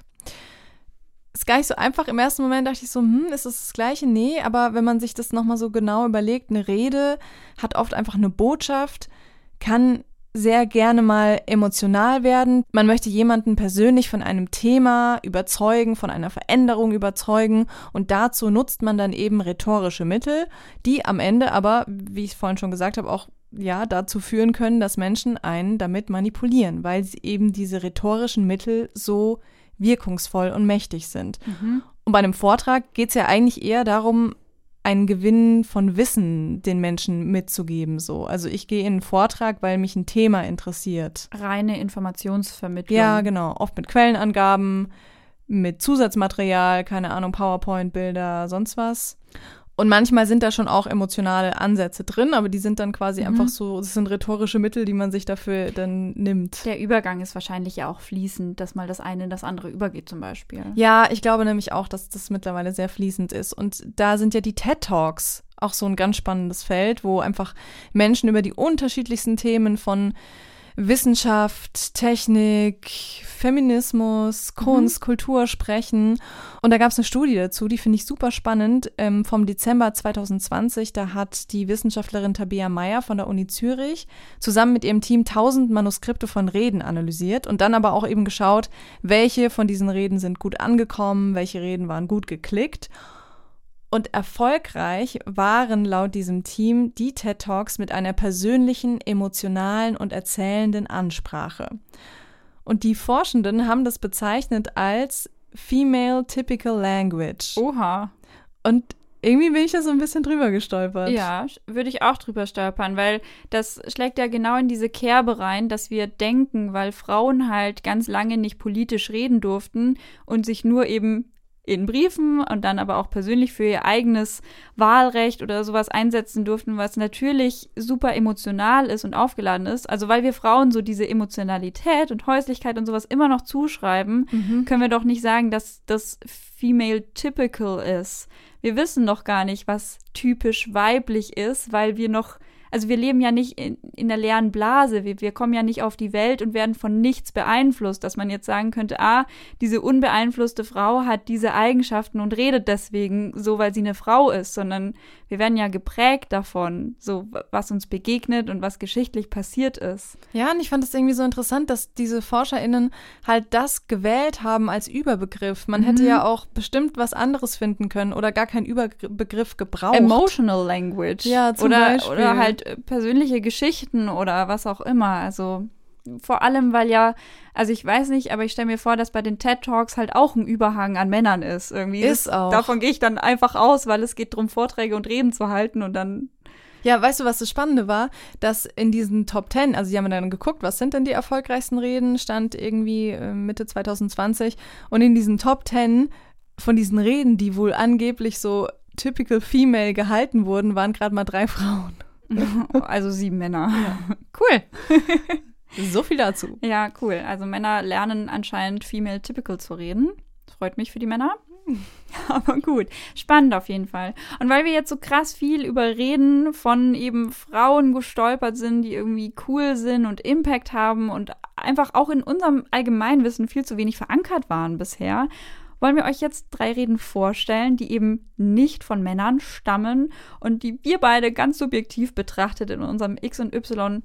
Ist gar nicht so einfach. Im ersten Moment dachte ich so, hm, ist das das Gleiche? Nee, aber wenn man sich das nochmal so genau überlegt, eine Rede hat oft einfach eine Botschaft, kann sehr gerne mal emotional werden. Man möchte jemanden persönlich von einem Thema überzeugen, von einer Veränderung überzeugen und dazu nutzt man dann eben rhetorische Mittel, die am Ende aber, wie ich vorhin schon gesagt habe, auch ja dazu führen können, dass Menschen einen damit manipulieren, weil sie eben diese rhetorischen Mittel so wirkungsvoll und mächtig sind. Mhm. Und bei einem Vortrag geht es ja eigentlich eher darum, einen Gewinn von Wissen den Menschen mitzugeben. So. Also ich gehe in einen Vortrag, weil mich ein Thema interessiert. Reine Informationsvermittlung. Ja, genau. Oft mit Quellenangaben, mit Zusatzmaterial, keine Ahnung, PowerPoint-Bilder, sonst was. Und manchmal sind da schon auch emotionale Ansätze drin, aber die sind dann quasi mhm. einfach so, das sind rhetorische Mittel, die man sich dafür dann nimmt. Der Übergang ist wahrscheinlich ja auch fließend, dass mal das eine in das andere übergeht zum Beispiel. Ja, ich glaube nämlich auch, dass das mittlerweile sehr fließend ist. Und da sind ja die TED-Talks auch so ein ganz spannendes Feld, wo einfach Menschen über die unterschiedlichsten Themen von Wissenschaft, Technik, Feminismus, Kunst, mhm. Kultur sprechen. Und da gab es eine Studie dazu, die finde ich super spannend, ähm, vom Dezember zwanzig zwanzig. Da hat die Wissenschaftlerin Tabea Meyer von der Uni Zürich zusammen mit ihrem Team tausend Manuskripte von Reden analysiert und dann aber auch eben geschaut, welche von diesen Reden sind gut angekommen, welche Reden waren gut geklickt. Und erfolgreich waren laut diesem Team die TED-Talks mit einer persönlichen, emotionalen und erzählenden Ansprache. Und die Forschenden haben das bezeichnet als Female Typical Language. Oha. Und irgendwie bin ich da so ein bisschen drüber gestolpert. Ja, würde ich auch drüber stolpern, weil das schlägt ja genau in diese Kerbe rein, dass wir denken, weil Frauen halt ganz lange nicht politisch reden durften und sich nur eben in Briefen und dann aber auch persönlich für ihr eigenes Wahlrecht oder sowas einsetzen durften, was natürlich super emotional ist und aufgeladen ist. Also weil wir Frauen so diese Emotionalität und Häuslichkeit und sowas immer noch zuschreiben, mhm. können wir doch nicht sagen, dass das female typical ist. Wir wissen noch gar nicht, was typisch weiblich ist, weil wir noch Also wir leben ja nicht in, in der leeren Blase, wir, wir kommen ja nicht auf die Welt und werden von nichts beeinflusst, dass man jetzt sagen könnte, ah, diese unbeeinflusste Frau hat diese Eigenschaften und redet deswegen so, weil sie eine Frau ist, sondern wir werden ja geprägt davon, so was uns begegnet und was geschichtlich passiert ist. Ja, und ich fand es irgendwie so interessant, dass diese ForscherInnen halt das gewählt haben als Überbegriff. Man mhm. hätte ja auch bestimmt was anderes finden können oder gar keinen Überbegriff gebraucht. Emotional Language. Ja, zum oder, Beispiel. Oder halt persönliche Geschichten oder was auch immer. Also Vor allem, weil ja, also ich weiß nicht, aber ich stelle mir vor, dass bei den TED-Talks halt auch ein Überhang an Männern ist. Irgendwie ist das, auch. Davon gehe ich dann einfach aus, weil es geht darum, Vorträge und Reden zu halten und dann... Ja, weißt du, was das Spannende war? Dass in diesen Top Ten, also die haben dann geguckt, was sind denn die erfolgreichsten Reden, stand irgendwie äh, Mitte zwanzig zwanzig. Und in diesen Top Ten von diesen Reden, die wohl angeblich so typical female gehalten wurden, waren gerade mal drei Frauen. Also sieben Männer. Ja. Cool. So viel dazu. Ja, cool. Also Männer lernen anscheinend female typical zu reden. Das freut mich für die Männer. Aber gut, spannend auf jeden Fall. Und weil wir jetzt so krass viel über Reden von eben Frauen gestolpert sind, die irgendwie cool sind und Impact haben und einfach auch in unserem Allgemeinwissen viel zu wenig verankert waren bisher, wollen wir euch jetzt drei Reden vorstellen, die eben nicht von Männern stammen und die wir beide ganz subjektiv betrachtet in unserem X- und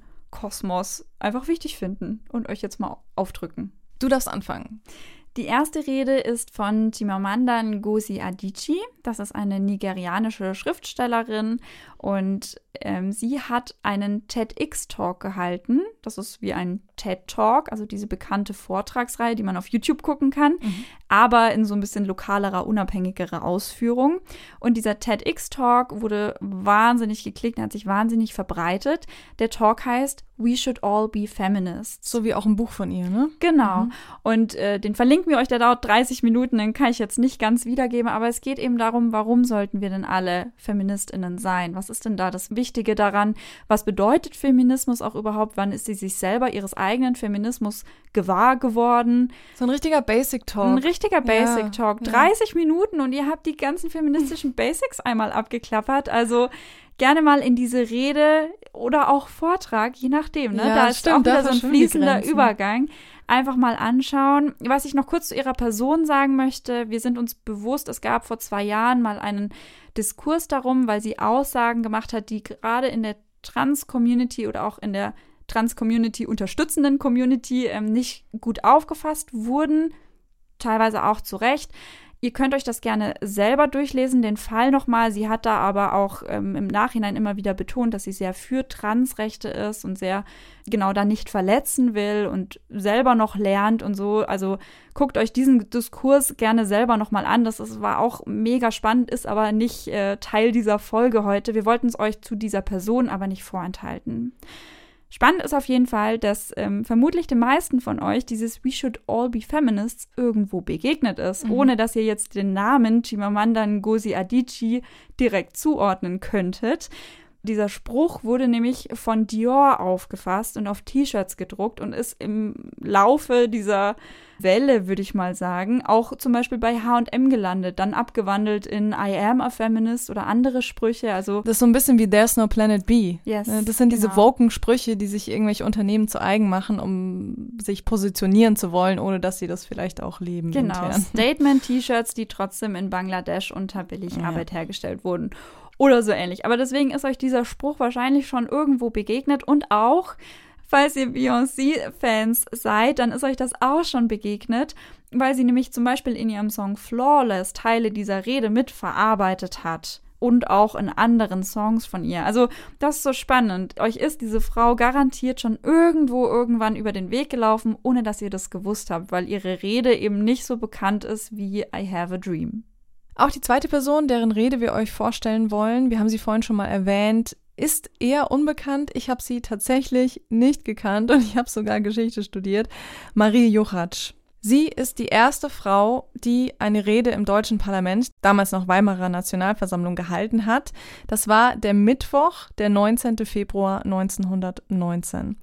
Y-Kosmos einfach wichtig finden und euch jetzt mal aufdrücken. Du darfst anfangen. Die erste Rede ist von Chimamanda Ngozi Adichie. Das ist eine nigerianische Schriftstellerin und ähm, sie hat einen TEDx-Talk gehalten. Das ist wie ein TED-Talk, also diese bekannte Vortragsreihe, die man auf YouTube gucken kann, mhm. aber in so ein bisschen lokalerer, unabhängigerer Ausführung. Und dieser TEDx-Talk wurde wahnsinnig geklickt, hat sich wahnsinnig verbreitet. Der Talk heißt We Should All Be Feminists. So wie auch ein Buch von ihr, ne? Genau. Mhm. Und äh, den verlinken wir euch, der dauert dreißig Minuten, den kann ich jetzt nicht ganz wiedergeben, aber es geht eben darum, warum sollten wir denn alle FeministInnen sein? Was ist denn da das Wichtige daran? Was bedeutet Feminismus auch überhaupt? Wann ist sie sich selber ihres eigenen Feminismus gewahr geworden? So ein richtiger Basic-Talk. Ein richtiger Basic-Talk. Ja, dreißig ja. Minuten und ihr habt die ganzen feministischen Basics einmal abgeklappert. Also gerne mal in diese Rede oder auch Vortrag, je nachdem. Ne? Ja, da ist stimmt, auch wieder da so ein verschwimmen die fließender Grenzen. Übergang. Einfach mal anschauen. Was ich noch kurz zu ihrer Person sagen möchte, wir sind uns bewusst, es gab vor zwei Jahren mal einen Diskurs darum, weil sie Aussagen gemacht hat, die gerade in der Trans-Community oder auch in der Trans-Community unterstützenden Community ähm, nicht gut aufgefasst wurden, teilweise auch zu Recht. Ihr könnt euch das gerne selber durchlesen, den Fall nochmal. Sie hat da aber auch ähm, im Nachhinein immer wieder betont, dass sie sehr für Transrechte ist und sehr genau da nicht verletzen will und selber noch lernt und so. Also guckt euch diesen Diskurs gerne selber nochmal an. Das ist, war auch mega spannend, ist aber nicht äh, Teil dieser Folge heute. Wir wollten es euch zu dieser Person aber nicht vorenthalten. Spannend ist auf jeden Fall, dass ähm, vermutlich den meisten von euch dieses We Should All Be Feminists irgendwo begegnet ist, mhm. ohne dass ihr jetzt den Namen Chimamanda Ngozi Adichie direkt zuordnen könntet. Dieser Spruch wurde nämlich von Dior aufgefasst und auf T-Shirts gedruckt und ist im Laufe dieser Welle, würde ich mal sagen, auch zum Beispiel bei H und M gelandet, dann abgewandelt in I am a Feminist oder andere Sprüche. Also das ist so ein bisschen wie There's no Planet B. Yes, das sind diese genau. woken Sprüche, die sich irgendwelche Unternehmen zu eigen machen, um sich positionieren zu wollen, ohne dass sie das vielleicht auch leben. Genau, intern. Statement-T-Shirts, die trotzdem in Bangladesch unter Billigarbeit ja. hergestellt wurden. Oder so ähnlich. Aber deswegen ist euch dieser Spruch wahrscheinlich schon irgendwo begegnet und auch, falls ihr Beyoncé-Fans seid, dann ist euch das auch schon begegnet, weil sie nämlich zum Beispiel in ihrem Song Flawless Teile dieser Rede mitverarbeitet hat und auch in anderen Songs von ihr. Also das ist so spannend. Euch ist diese Frau garantiert schon irgendwo irgendwann über den Weg gelaufen, ohne dass ihr das gewusst habt, weil ihre Rede eben nicht so bekannt ist wie I Have a Dream. Auch die zweite Person, deren Rede wir euch vorstellen wollen, wir haben sie vorhin schon mal erwähnt, ist eher unbekannt. Ich habe sie tatsächlich nicht gekannt und ich habe sogar Geschichte studiert. Marie Juchatsch. Sie ist die erste Frau, die eine Rede im deutschen Parlament, damals noch Weimarer Nationalversammlung, gehalten hat. Das war der Mittwoch, der neunzehnten Februar neunzehnhundertneunzehn.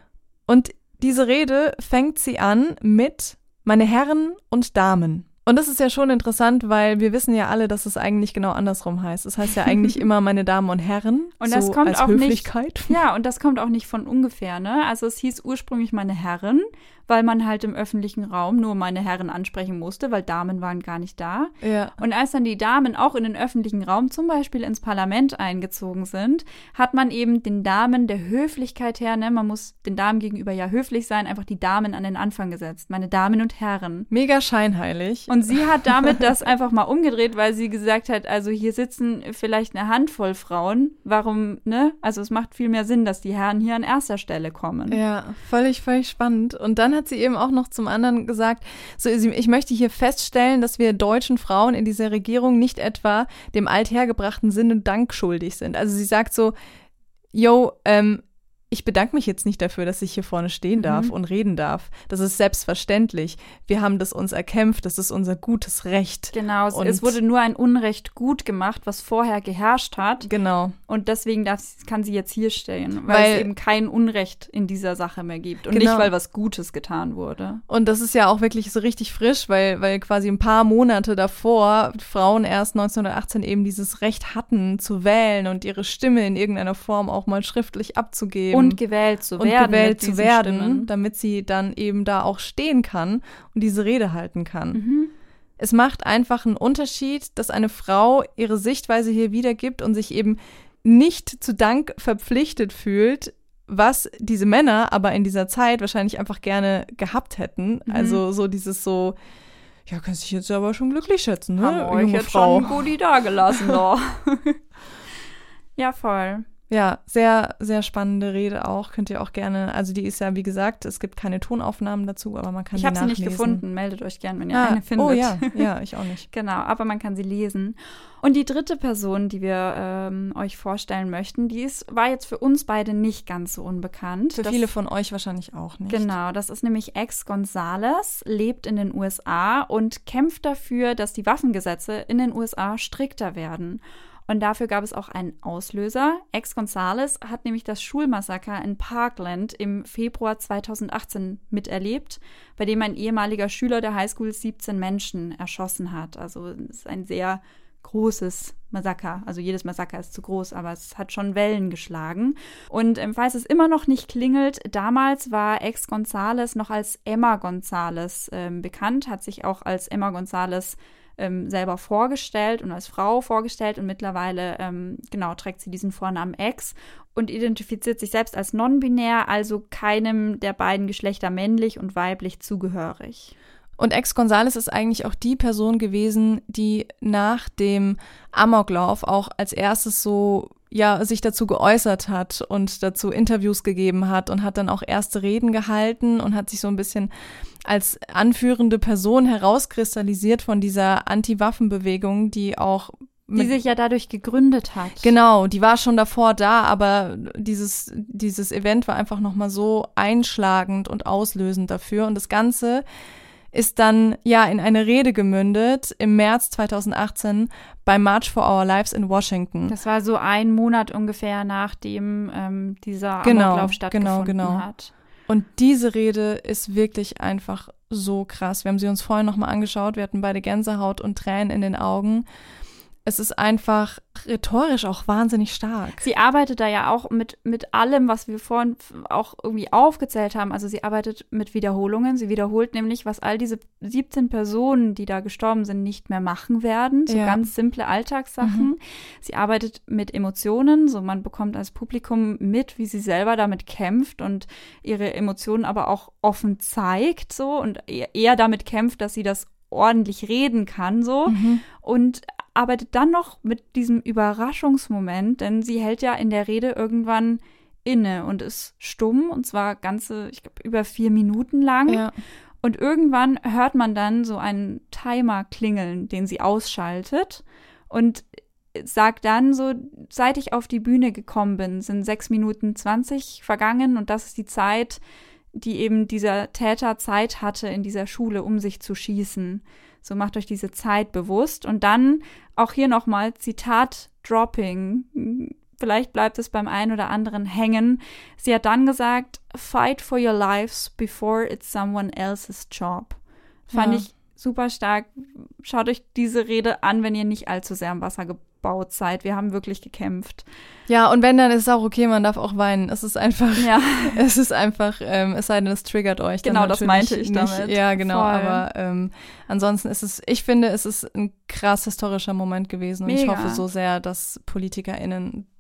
Und diese Rede fängt sie an mit Meine Herren und Damen. Und das ist ja schon interessant, weil wir wissen ja alle, dass es eigentlich genau andersrum heißt. Es heißt ja eigentlich immer meine Damen und Herren, und das so kommt als auch Höflichkeit. Nicht, ja, und das kommt auch nicht von ungefähr, ne? Also es hieß ursprünglich meine Herren, weil man halt im öffentlichen Raum nur meine Herren ansprechen musste, weil Damen waren gar nicht da. Ja. Und als dann die Damen auch in den öffentlichen Raum, zum Beispiel ins Parlament eingezogen sind, hat man eben den Damen der Höflichkeit her, ne, man muss den Damen gegenüber ja höflich sein, einfach die Damen an den Anfang gesetzt. Meine Damen und Herren. Mega scheinheilig. Und Und sie hat damit das einfach mal umgedreht, weil sie gesagt hat, also hier sitzen vielleicht eine Handvoll Frauen, warum, ne? Also es macht viel mehr Sinn, dass die Herren hier an erster Stelle kommen. Ja, völlig, völlig spannend. Und dann hat sie eben auch noch zum anderen gesagt, so, ich möchte hier feststellen, dass wir deutschen Frauen in dieser Regierung nicht etwa dem althergebrachten Sinne Dank schuldig sind. Also sie sagt so, yo, ähm, ich bedanke mich jetzt nicht dafür, dass ich hier vorne stehen darf mhm. und reden darf. Das ist selbstverständlich. Wir haben das uns erkämpft. Das ist unser gutes Recht. Genau, und es wurde nur ein Unrecht gut gemacht, was vorher geherrscht hat. Genau. Und deswegen darf, kann sie jetzt hier stehen, weil, weil es eben kein Unrecht in dieser Sache mehr gibt. Und genau. nicht, weil was Gutes getan wurde. Und das ist ja auch wirklich so richtig frisch, weil, weil quasi ein paar Monate davor Frauen erst neunzehnhundertachtzehn eben dieses Recht hatten, zu wählen und ihre Stimme in irgendeiner Form auch mal schriftlich abzugeben. Und gewählt zu werden. Und gewählt zu werden, Stimmen. damit sie dann eben da auch stehen kann und diese Rede halten kann. Mhm. Es macht einfach einen Unterschied, dass eine Frau ihre Sichtweise hier wiedergibt und sich eben nicht zu Dank verpflichtet fühlt, was diese Männer aber in dieser Zeit wahrscheinlich einfach gerne gehabt hätten. Mhm. Also so dieses so, ja, kannst dich jetzt aber schon glücklich schätzen, ne, Haben euch junge jetzt Frau. schon Gudi da gelassen, doch. Ja, voll. Ja, sehr, sehr spannende Rede auch. Könnt ihr auch gerne, also die ist ja, wie gesagt, es gibt keine Tonaufnahmen dazu, aber man kann ich sie nachlesen. Ich habe sie nicht gefunden. Meldet euch gern, wenn ihr ah, eine findet. Oh ja, ja, ich auch nicht. Genau, aber man kann sie lesen. Und die dritte Person, die wir ähm, euch vorstellen möchten, die ist, war jetzt für uns beide nicht ganz so unbekannt. Für das, viele von euch wahrscheinlich auch nicht. Genau, das ist nämlich Ex Gonzalez, lebt in den U S A und kämpft dafür, dass die Waffengesetze in den U S A strikter werden. Und dafür gab es auch einen Auslöser. Ex Gonzalez hat nämlich das Schulmassaker in Parkland im Februar zweitausendachtzehn miterlebt, bei dem ein ehemaliger Schüler der Highschool siebzehn Menschen erschossen hat. Also es ist ein sehr großes Massaker. Also jedes Massaker ist zu groß, aber es hat schon Wellen geschlagen. Und ähm, falls es immer noch nicht klingelt, damals war Ex Gonzalez noch als Emma Gonzalez ähm, bekannt, hat sich auch als Emma Gonzalez Ähm, selber vorgestellt und als Frau vorgestellt und mittlerweile, ähm, genau, trägt sie diesen Vornamen Ex und identifiziert sich selbst als non-binär, also keinem der beiden Geschlechter männlich und weiblich zugehörig. Und Ex Gonzalez ist eigentlich auch die Person gewesen, die nach dem Amoklauf auch als erstes so ja sich dazu geäußert hat und dazu Interviews gegeben hat und hat dann auch erste Reden gehalten und hat sich so ein bisschen als anführende Person herauskristallisiert von dieser Anti-Waffen-Bewegung, die auch die sich ja dadurch gegründet hat. Genau, die war schon davor da, aber dieses dieses Event war einfach nochmal so einschlagend und auslösend dafür und das Ganze ist dann ja in eine Rede gemündet im März zweitausendachtzehn beim March for Our Lives in Washington. Das war so ein Monat ungefähr, nachdem ähm, dieser genau, Amoklauf stattgefunden genau, genau. hat. Und diese Rede ist wirklich einfach so krass. Wir haben sie uns vorhin nochmal angeschaut. Wir hatten beide Gänsehaut und Tränen in den Augen. Es ist einfach rhetorisch auch wahnsinnig stark. Sie arbeitet da ja auch mit, mit allem, was wir vorhin auch irgendwie aufgezählt haben. Also sie arbeitet mit Wiederholungen. Sie wiederholt nämlich, was all diese siebzehn Personen, die da gestorben sind, nicht mehr machen werden. So ja. ganz simple Alltagssachen. Mhm. Sie arbeitet mit Emotionen. So man bekommt als Publikum mit, wie sie selber damit kämpft und ihre Emotionen aber auch offen zeigt so und eher damit kämpft, dass sie das ordentlich reden kann so mhm. und arbeitet dann noch mit diesem Überraschungsmoment, denn sie hält ja in der Rede irgendwann inne und ist stumm und zwar ganze, ich glaube, über vier Minuten lang. Ja. Und irgendwann hört man dann so einen Timer klingeln, den sie ausschaltet und sagt dann so, seit ich auf die Bühne gekommen bin, sind sechs Minuten zwanzig vergangen und das ist die Zeit, die eben dieser Täter Zeit hatte, in dieser Schule, um sich zu schießen. So macht euch diese Zeit bewusst. Und dann auch hier nochmal Zitat-Dropping. Vielleicht bleibt es beim einen oder anderen hängen. Sie hat dann gesagt, fight for your lives before it's someone else's job. Fand ja. ich super stark. Schaut euch diese Rede an, wenn ihr nicht allzu sehr am Wasser gebaut seid. Wir haben wirklich gekämpft. Ja, und wenn, dann ist es auch okay, man darf auch weinen. Es ist einfach, ja. es ist einfach, ähm, es sei denn, es triggert euch. Genau, dann das meinte ich nicht. damit. Ja, genau, Voll. aber ähm, ansonsten ist es, ich finde, es ist ein krass historischer Moment gewesen und Mega. ich hoffe so sehr, dass PolitikerInnen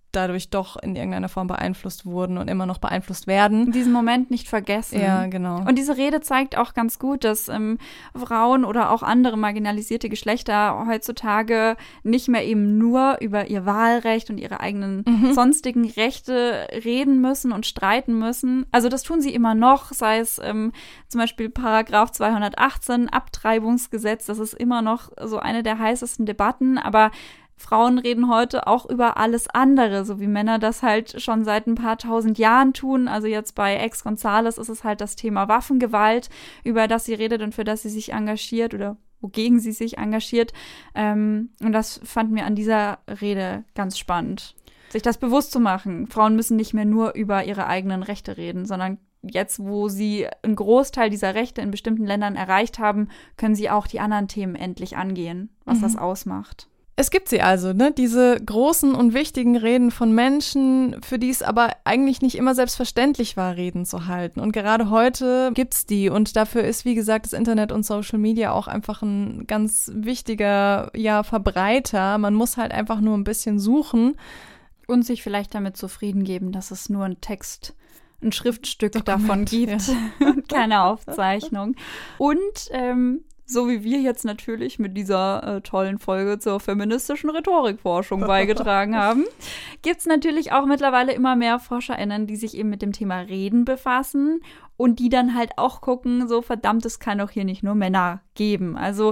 dadurch doch in irgendeiner Form beeinflusst wurden und immer noch beeinflusst werden. Diesen Moment nicht vergessen. Ja, genau. Und diese Rede zeigt auch ganz gut, dass ähm, Frauen oder auch andere marginalisierte Geschlechter heutzutage nicht mehr eben nur über ihr Wahlrecht und ihre eigenen mhm. sonstigen Rechte reden müssen und streiten müssen. Also das tun sie immer noch, sei es ähm, zum Beispiel Paragraph zweihundertachtzehn, Abtreibungsgesetz, das ist immer noch so eine der heißesten Debatten, aber Frauen reden heute auch über alles andere, so wie Männer das halt schon seit ein paar tausend Jahren tun. Also jetzt bei Ex González ist es halt das Thema Waffengewalt, über das sie redet und für das sie sich engagiert oder wogegen sie sich engagiert. Ähm, und das fanden wir an dieser Rede ganz spannend, sich das bewusst zu machen. Frauen müssen nicht mehr nur über ihre eigenen Rechte reden, sondern jetzt, wo sie einen Großteil dieser Rechte in bestimmten Ländern erreicht haben, können sie auch die anderen Themen endlich angehen, was mhm. das ausmacht. Es gibt sie also, ne? Diese großen und wichtigen Reden von Menschen, für die es aber eigentlich nicht immer selbstverständlich war, Reden zu halten. Und gerade heute gibt's die. Und dafür ist, wie gesagt, das Internet und Social Media auch einfach ein ganz wichtiger, ja, Verbreiter. Man muss halt einfach nur ein bisschen suchen. Und sich vielleicht damit zufrieden geben, dass es nur ein Text, ein Schriftstück Dokument, davon gibt ja. und keine Aufzeichnung. Und ähm, so wie wir jetzt natürlich mit dieser äh, tollen Folge zur feministischen Rhetorikforschung beigetragen haben, gibt es natürlich auch mittlerweile immer mehr ForscherInnen, die sich eben mit dem Thema Reden befassen und die dann halt auch gucken, so verdammt, es kann doch hier nicht nur Männer geben. Also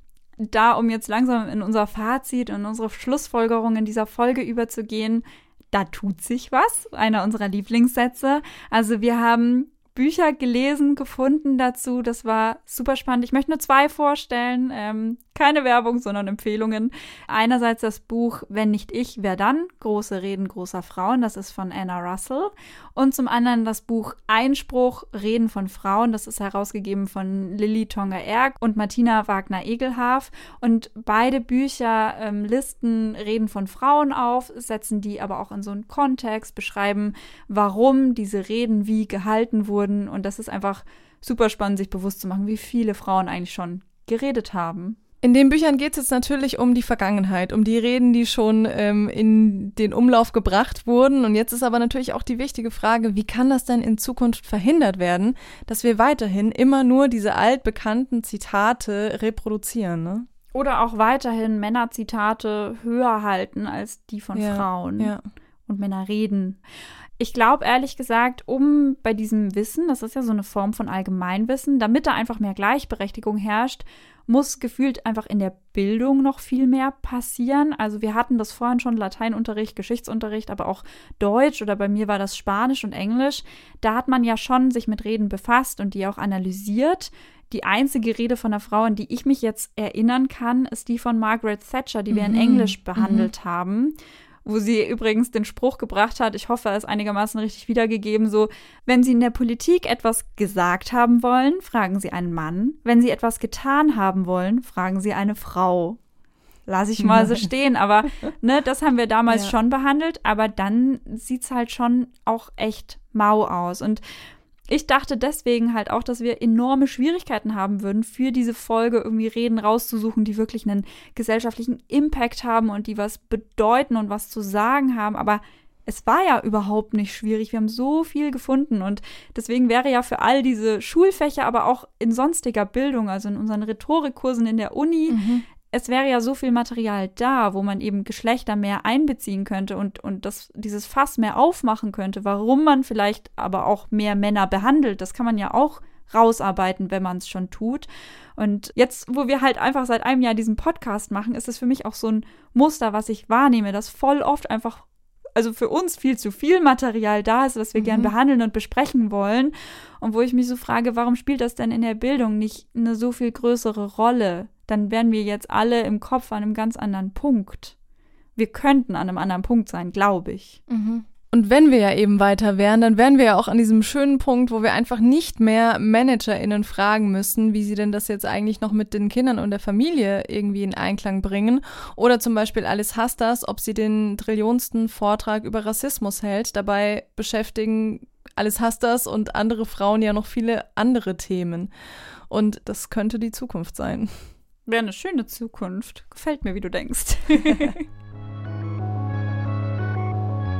da, um jetzt langsam in unser Fazit und unsere Schlussfolgerung in dieser Folge überzugehen, da tut sich was, einer unserer Lieblingssätze. Also wir haben Bücher gelesen, gefunden dazu. Das war super spannend. Ich möchte nur zwei vorstellen. Ähm, keine Werbung, sondern Empfehlungen. Einerseits das Buch Wenn nicht ich, wer dann? Große Reden großer Frauen. Das ist von Anna Russell. Und zum anderen das Buch Einspruch, Reden von Frauen. Das ist herausgegeben von Lilly Tonga-Erk und Martina Wagner-Egelhaf. Und beide Bücher ähm, listen Reden von Frauen auf, setzen die aber auch in so einen Kontext, beschreiben, warum diese Reden wie gehalten wurden. Und das ist einfach super spannend, sich bewusst zu machen, wie viele Frauen eigentlich schon geredet haben. In den Büchern geht es jetzt natürlich um die Vergangenheit, um die Reden, die schon ähm, in den Umlauf gebracht wurden. Und jetzt ist aber natürlich auch die wichtige Frage, wie kann das denn in Zukunft verhindert werden, dass wir weiterhin immer nur diese altbekannten Zitate reproduzieren, ne? Oder auch weiterhin Männerzitate höher halten als die von ja, Frauen ja. und Männer reden. Ich glaube, ehrlich gesagt, um bei diesem Wissen, das ist ja so eine Form von Allgemeinwissen, damit da einfach mehr Gleichberechtigung herrscht, muss gefühlt einfach in der Bildung noch viel mehr passieren. Also wir hatten das vorhin schon, Lateinunterricht, Geschichtsunterricht, aber auch Deutsch oder bei mir war das Spanisch und Englisch. Da hat man ja schon sich mit Reden befasst und die auch analysiert. Die einzige Rede von einer Frau, an die ich mich jetzt erinnern kann, ist die von Margaret Thatcher, die wir mhm. in Englisch behandelt mhm. haben. Wo sie übrigens den Spruch gebracht hat, ich hoffe, er ist einigermaßen richtig wiedergegeben, so, wenn Sie in der Politik etwas gesagt haben wollen, fragen Sie einen Mann. Wenn Sie etwas getan haben wollen, fragen Sie eine Frau. Lass ich mal so stehen, aber ne, das haben wir damals ja. schon behandelt, aber dann sieht's halt schon auch echt mau aus. Und ich dachte deswegen halt auch, dass wir enorme Schwierigkeiten haben würden, für diese Folge irgendwie Reden rauszusuchen, die wirklich einen gesellschaftlichen Impact haben und die was bedeuten und was zu sagen haben. Aber es war ja überhaupt nicht schwierig. Wir haben so viel gefunden und deswegen wäre ja für all diese Schulfächer, aber auch in sonstiger Bildung, also in unseren Rhetorikkursen in der Uni, mhm. es wäre ja so viel Material da, wo man eben Geschlechter mehr einbeziehen könnte und, und das, dieses Fass mehr aufmachen könnte, warum man vielleicht aber auch mehr Männer behandelt. Das kann man ja auch rausarbeiten, wenn man es schon tut. Und jetzt, wo wir halt einfach seit einem Jahr diesen Podcast machen, ist es für mich auch so ein Muster, was ich wahrnehme, dass voll oft einfach, also für uns viel zu viel Material da ist, was wir mhm. gern behandeln und besprechen wollen. Und wo ich mich so frage, warum spielt das denn in der Bildung nicht eine so viel größere Rolle? Dann wären wir jetzt alle im Kopf an einem ganz anderen Punkt. Wir könnten an einem anderen Punkt sein, glaube ich. Mhm. Und wenn wir ja eben weiter wären, dann wären wir ja auch an diesem schönen Punkt, wo wir einfach nicht mehr ManagerInnen fragen müssen, wie sie denn das jetzt eigentlich noch mit den Kindern und der Familie irgendwie in Einklang bringen. Oder zum Beispiel Alice Hastas, ob sie den trillionsten Vortrag über Rassismus hält. Dabei beschäftigen Alice Hastas und andere Frauen ja noch viele andere Themen. Und das könnte die Zukunft sein. Wäre eine schöne Zukunft. Gefällt mir, wie du denkst.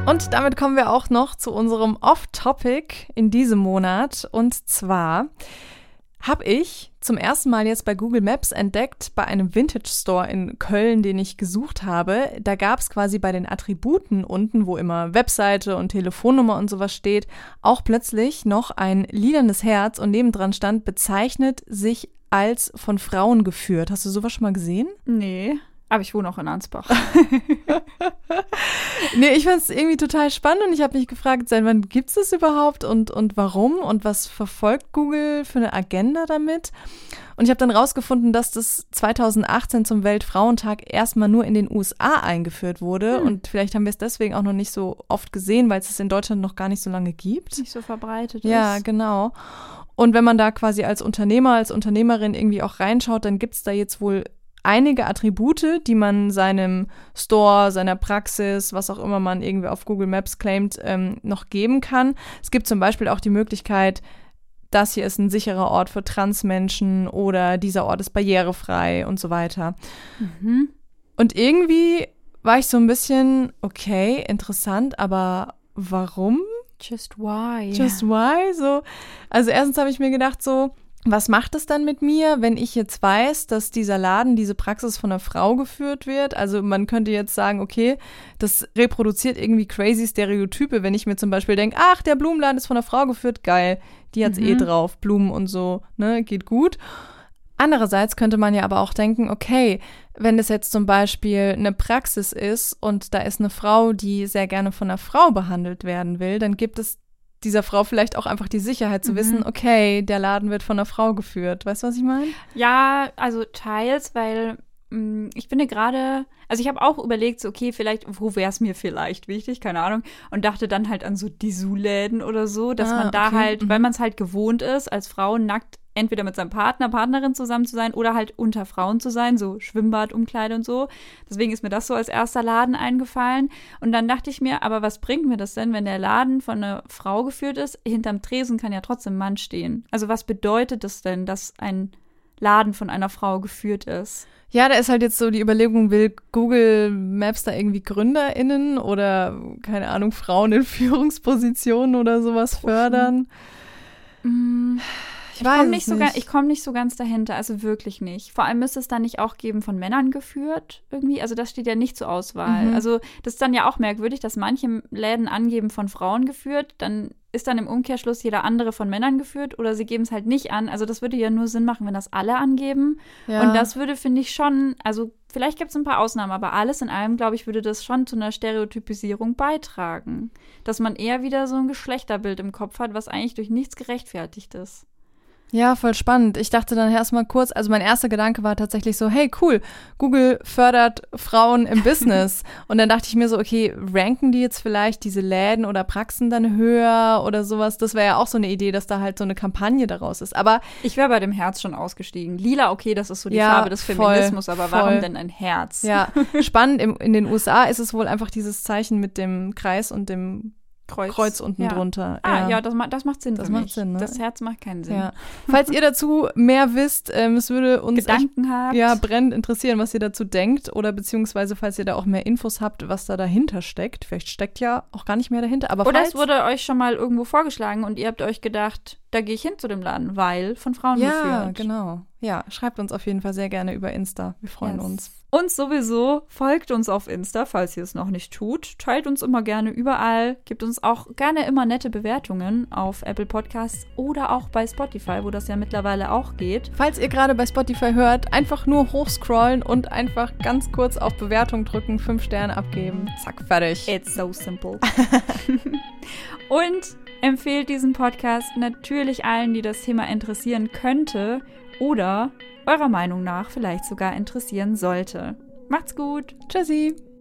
Und damit kommen wir auch noch zu unserem Off-Topic in diesem Monat. Und zwar habe ich zum ersten Mal jetzt bei Google Maps entdeckt, bei einem Vintage-Store in Köln, den ich gesucht habe, da gab es quasi bei den Attributen unten, wo immer Webseite und Telefonnummer und sowas steht, auch plötzlich noch ein lilanes Herz und nebendran stand, bezeichnet sich als von Frauen geführt. Hast du sowas schon mal gesehen? Nee. Aber ich wohne auch in Ansbach. Nee, ich fand es irgendwie total spannend und ich habe mich gefragt, seit wann gibt es das überhaupt und, und warum und was verfolgt Google für eine Agenda damit? Und ich habe dann rausgefunden, dass das zweitausendachtzehn zum Weltfrauentag erstmal nur in den U S A eingeführt wurde hm. und vielleicht haben wir es deswegen auch noch nicht so oft gesehen, weil es es in Deutschland noch gar nicht so lange gibt. Nicht so verbreitet ja, ist. Ja, genau. Und wenn man da quasi als Unternehmer, als Unternehmerin irgendwie auch reinschaut, dann gibt es da jetzt wohl einige Attribute, die man seinem Store, seiner Praxis, was auch immer man irgendwie auf Google Maps claimt, ähm, noch geben kann. Es gibt zum Beispiel auch die Möglichkeit, das hier ist ein sicherer Ort für Transmenschen oder dieser Ort ist barrierefrei und so weiter. Mhm. Und irgendwie war ich so ein bisschen, okay, interessant, aber warum? Just why? Just why? So, also erstens habe ich mir gedacht so, was macht es dann mit mir, wenn ich jetzt weiß, dass dieser Laden, diese Praxis von einer Frau geführt wird? Also man könnte jetzt sagen, okay, das reproduziert irgendwie crazy Stereotype, wenn ich mir zum Beispiel denke, ach, der Blumenladen ist von einer Frau geführt, geil, die hat's mhm. eh drauf, Blumen und so, ne, geht gut. Andererseits könnte man ja aber auch denken, okay, wenn es jetzt zum Beispiel eine Praxis ist und da ist eine Frau, die sehr gerne von einer Frau behandelt werden will, dann gibt es dieser Frau vielleicht auch einfach die Sicherheit zu mhm. wissen, okay, der Laden wird von einer Frau geführt. Weißt du, was ich meine? Ja, also teils, weil mh, ich finde gerade, also ich habe auch überlegt, so okay, vielleicht, wo wäre es mir vielleicht wichtig, keine Ahnung, und dachte dann halt an so Dessous-Läden oder so, dass ah, man da okay. halt, mhm. weil man es halt gewohnt ist, als Frau nackt entweder mit seinem Partner, Partnerin zusammen zu sein oder halt unter Frauen zu sein, so Schwimmbad, Umkleide und so. Deswegen ist mir das so als erster Laden eingefallen. Und dann dachte ich mir, aber was bringt mir das denn, wenn der Laden von einer Frau geführt ist? Hinterm Tresen kann ja trotzdem ein Mann stehen. Also was bedeutet das denn, dass ein Laden von einer Frau geführt ist? Ja, da ist halt jetzt so die Überlegung, will Google Maps da irgendwie GründerInnen oder, keine Ahnung, Frauen in Führungspositionen oder sowas fördern? Mm. Ich, ich komme nicht, so ga- ich komm nicht so ganz dahinter, also wirklich nicht. Vor allem müsste es dann nicht auch geben von Männern geführt irgendwie, also das steht ja nicht zur Auswahl. Mhm. Also das ist dann ja auch merkwürdig, dass manche Läden angeben von Frauen geführt, dann ist dann im Umkehrschluss jeder andere von Männern geführt oder sie geben es halt nicht an. Also das würde ja nur Sinn machen, wenn das alle angeben. Ja. Und das würde, finde ich, schon, also vielleicht gibt es ein paar Ausnahmen, aber alles in allem, glaube ich, würde das schon zu einer Stereotypisierung beitragen. Dass man eher wieder so ein Geschlechterbild im Kopf hat, was eigentlich durch nichts gerechtfertigt ist. Ja, voll spannend. Ich dachte dann erstmal kurz, also mein erster Gedanke war tatsächlich so, hey, cool, Google fördert Frauen im Business. Und dann dachte ich mir so, okay, ranken die jetzt vielleicht diese Läden oder Praxen dann höher oder sowas? Das wäre ja auch so eine Idee, dass da halt so eine Kampagne daraus ist. Aber ich wäre bei dem Herz schon ausgestiegen. Lila, okay, das ist so die ja, Farbe des Feminismus, voll, aber voll. warum denn ein Herz? Ja, spannend. Im, in den U S A ist es wohl einfach dieses Zeichen mit dem Kreis und dem Kreuz, Kreuz unten ja. drunter. Ah, ja, ja das, ma- das macht Sinn das für macht mich. Sinn, ne? Das Herz macht keinen Sinn. Ja. Falls ihr dazu mehr wisst, ähm, es würde uns Gedanken echt, habt. ja, brennend interessieren, was ihr dazu denkt oder beziehungsweise, falls ihr da auch mehr Infos habt, was da dahinter steckt. Vielleicht steckt ja auch gar nicht mehr dahinter, aber Oder falls, es wurde euch schon mal irgendwo vorgeschlagen und ihr habt euch gedacht, da gehe ich hin zu dem Laden, weil von Frauen ja, geführt. Ja, genau. Ja, schreibt uns auf jeden Fall sehr gerne über Insta. Wir freuen yes. uns. Und sowieso folgt uns auf Insta, falls ihr es noch nicht tut. Teilt uns immer gerne überall. Gebt uns auch gerne immer nette Bewertungen auf Apple Podcasts oder auch bei Spotify, wo das ja mittlerweile auch geht. Falls ihr gerade bei Spotify hört, einfach nur hochscrollen und einfach ganz kurz auf Bewertung drücken, fünf Sterne abgeben. Zack, fertig. It's so simple. Und empfehlt diesen Podcast natürlich allen, die das Thema interessieren könnte oder eurer Meinung nach vielleicht sogar interessieren sollte. Macht's gut. Tschüssi.